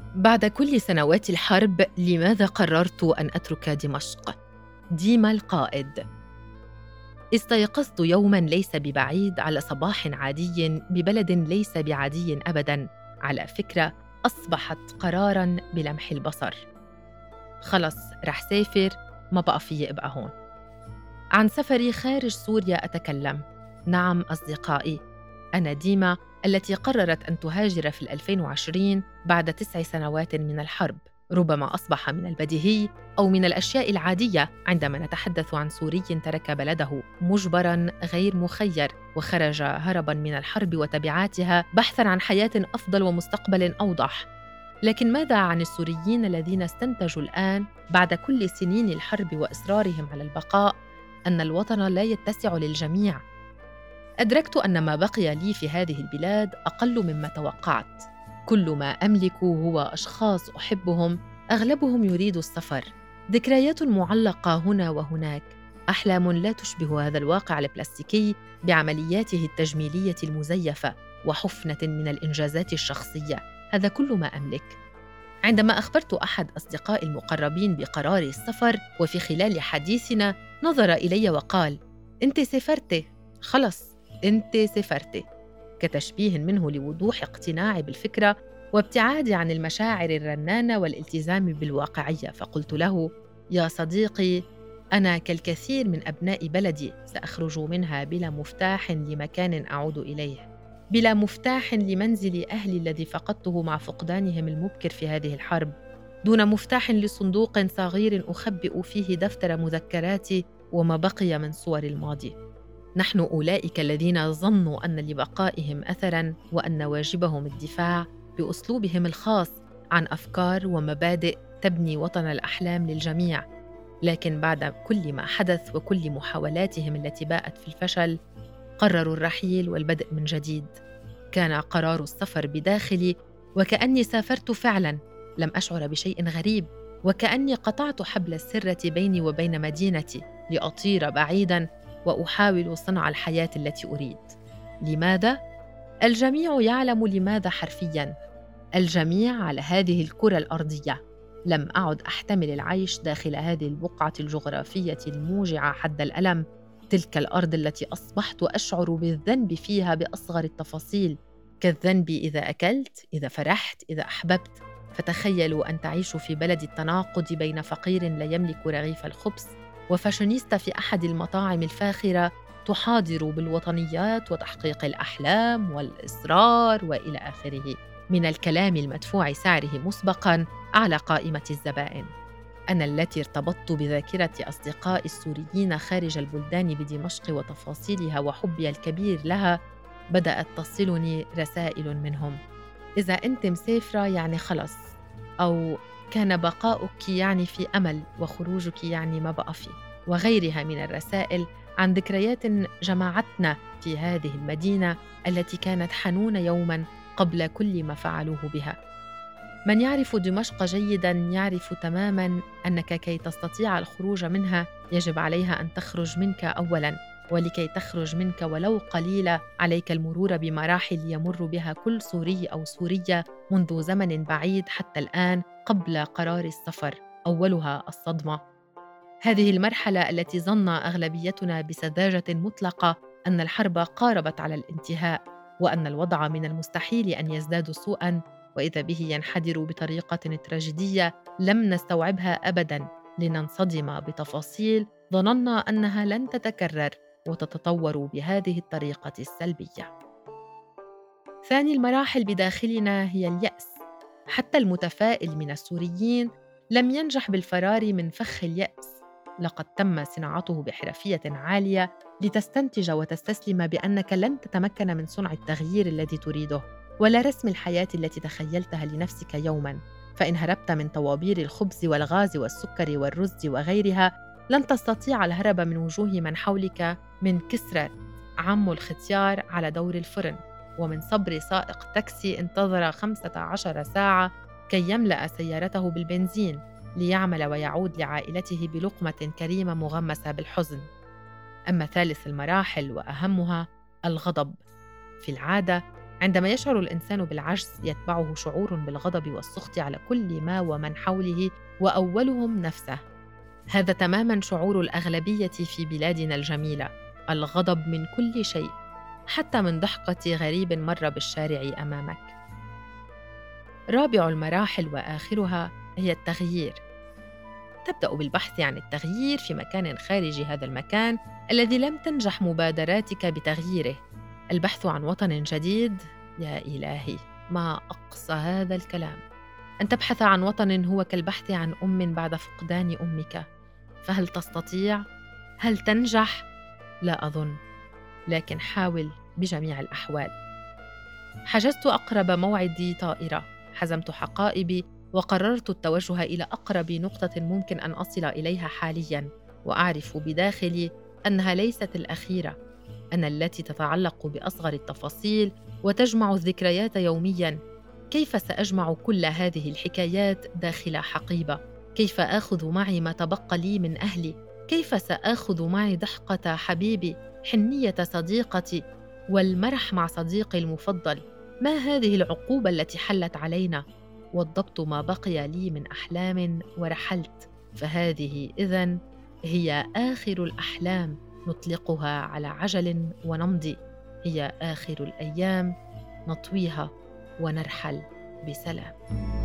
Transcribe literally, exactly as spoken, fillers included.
بعد كل سنوات الحرب، لماذا قررت أن أترك دمشق؟ ديما القائد. استيقظت يوماً ليس ببعيد على صباح عادي ببلد ليس بعادي أبداً، على فكرة أصبحت قراراً بلمح البصر. خلص رح سافر، ما بقى فيي أبقى هون. عن سفري خارج سوريا أتكلم. نعم أصدقائي، أنا ديما التي قررت أن تهاجر في الألفين وعشرين بعد تسع سنوات من الحرب. ربما أصبح من البديهي أو من الأشياء العادية عندما نتحدث عن سوري ترك بلده مجبراً غير مخير وخرج هرباً من الحرب وتبعاتها بحثاً عن حياة أفضل ومستقبل أوضح. لكن ماذا عن السوريين الذين استنتجوا الآن بعد كل سنين الحرب وإصرارهم على البقاء أن الوطن لا يتسع للجميع؟ أدركت أن ما بقي لي في هذه البلاد أقل مما توقعت. كل ما أملك هو أشخاص أحبهم، أغلبهم يريد السفر، ذكريات معلقة هنا وهناك، أحلام لا تشبه هذا الواقع البلاستيكي بعملياته التجميلية المزيفة وحفنة من الإنجازات الشخصية. هذا كل ما أملك. عندما أخبرت أحد أصدقائي المقربين بقرار السفر، وفي خلال حديثنا نظر إلي وقال: أنت سافرتِ، خلص أنت سافرتِ، كتشبيه منه لوضوح اقتناعي بالفكرة وابتعادي عن المشاعر الرنانة والالتزام بالواقعية. فقلت له: يا صديقي، أنا كالكثير من أبناء بلدي سأخرج منها بلا مفتاح لمكان أعود إليه، بلا مفتاح لمنزل أهلي الذي فقدته مع فقدانهم المبكر في هذه الحرب، دون مفتاح لصندوق صغير أخبئ فيه دفتر مذكراتي وما بقي من صور الماضي. نحن أولئك الذين ظنوا أن لبقائهم أثراً وأن واجبهم الدفاع بأسلوبهم الخاص عن أفكار ومبادئ تبني وطن الأحلام للجميع. لكن بعد كل ما حدث وكل محاولاتهم التي باءت في الفشل، قرروا الرحيل والبدء من جديد. كان قرار السفر بداخلي، وكأني سافرت فعلاً، لم أشعر بشيء غريب، وكأني قطعت حبل السرة بيني وبين مدينتي لأطير بعيداً وأحاول صنع الحياة التي أريد. لماذا؟ الجميع يعلم لماذا حرفياً. الجميع على هذه الكرة الأرضية. لم أعد أحتمل العيش داخل هذه البقعة الجغرافية الموجعة حد الألم، تلك الأرض التي أصبحت أشعر بالذنب فيها بأصغر التفاصيل، كالذنب إذا أكلت، إذا فرحت، إذا أحببت. فتخيلوا أن تعيشوا في بلد التناقض بين فقير لا يملك رغيف الخبز وفاشونيستا في أحد المطاعم الفاخرة تحاضر بالوطنيات وتحقيق الأحلام والإصرار وإلى آخره من الكلام المدفوع سعره مسبقاً على قائمة الزبائن. أنا التي ارتبطت بذاكرة أصدقائي السوريين خارج البلدان بدمشق وتفاصيلها وحبي الكبير لها، بدأت تصلني رسائل منهم: إذا أنت مسافرة يعني خلص، أو كان بقاؤك يعني في أمل وخروجك يعني ما بقى فيه، وغيرها من الرسائل عن ذكريات جمعتنا في هذه المدينة التي كانت حنونة يوماً قبل كل ما فعلوه بها. من يعرف دمشق جيداً يعرف تماماً أنك كي تستطيع الخروج منها يجب عليها أن تخرج منك أولاً، ولكي تخرج منك ولو قليلة عليك المرور بمراحل يمر بها كل سوري أو سورية منذ زمن بعيد حتى الآن قبل قرار السفر. أولها الصدمة. هذه المرحلة التي ظن أغلبيتنا بسذاجة مطلقة أن الحرب قاربت على الانتهاء، وأن الوضع من المستحيل أن يزداد سوءاً، وإذا به ينحدر بطريقة تراجيدية لم نستوعبها أبداً، لننصدم بتفاصيل ظننا أنها لن تتكرر وتتطور بهذه الطريقة السلبية. ثاني المراحل بداخلنا هي اليأس. حتى المتفائل من السوريين لم ينجح بالفرار من فخ اليأس. لقد تم صناعته بحرفية عالية لتستنتج وتستسلم بأنك لن تتمكن من صنع التغيير الذي تريده، ولا رسم الحياة التي تخيلتها لنفسك يوماً. فإن هربت من طوابير الخبز والغاز والسكر والرز وغيرها، لن تستطيع الهرب من وجوه من حولك، من كسرة عم الختيار على دور الفرن، ومن صبر سائق تاكسي انتظر خمسة عشر ساعة كي يملأ سيارته بالبنزين ليعمل ويعود لعائلته بلقمة كريمة مغمسة بالحزن. أما ثالث المراحل وأهمها الغضب. في العادة عندما يشعر الإنسان بالعجز يتبعه شعور بالغضب والسخط على كل ما ومن حوله وأولهم نفسه. هذا تماماً شعور الأغلبية في بلادنا الجميلة، الغضب من كل شيء، حتى من ضحكة غريب مر بالشارع أمامك. رابع المراحل وآخرها هي التغيير. تبدأ بالبحث عن التغيير في مكان خارج هذا المكان الذي لم تنجح مبادراتك بتغييره. البحث عن وطن جديد، يا إلهي ما أقصى هذا الكلام. أن تبحث عن وطن هو كالبحث عن أم بعد فقدان أمك. فهل تستطيع؟ هل تنجح؟ لا أظن، لكن حاول بجميع الأحوال. حجزت أقرب موعد طائرة، حزمت حقائبي وقررت التوجه إلى أقرب نقطة ممكن أن أصل إليها حالياً، وأعرف بداخلي أنها ليست الأخيرة، أنا التي تتعلق بأصغر التفاصيل وتجمع الذكريات يومياً. كيف سأجمع كل هذه الحكايات داخل حقيبة؟ كيف آخذ معي ما تبقى لي من أهلي؟ كيف سآخذ معي ضحكة حبيبي، حنية صديقتي، والمرح مع صديقي المفضل؟ ما هذه العقوبة التي حلت علينا؟ وضبت ما بقي لي من أحلام ورحلت. فهذه إذن هي آخر الأحلام نطلقها على عجل ونمضي، هي آخر الأيام نطويها ونرحل بسلام.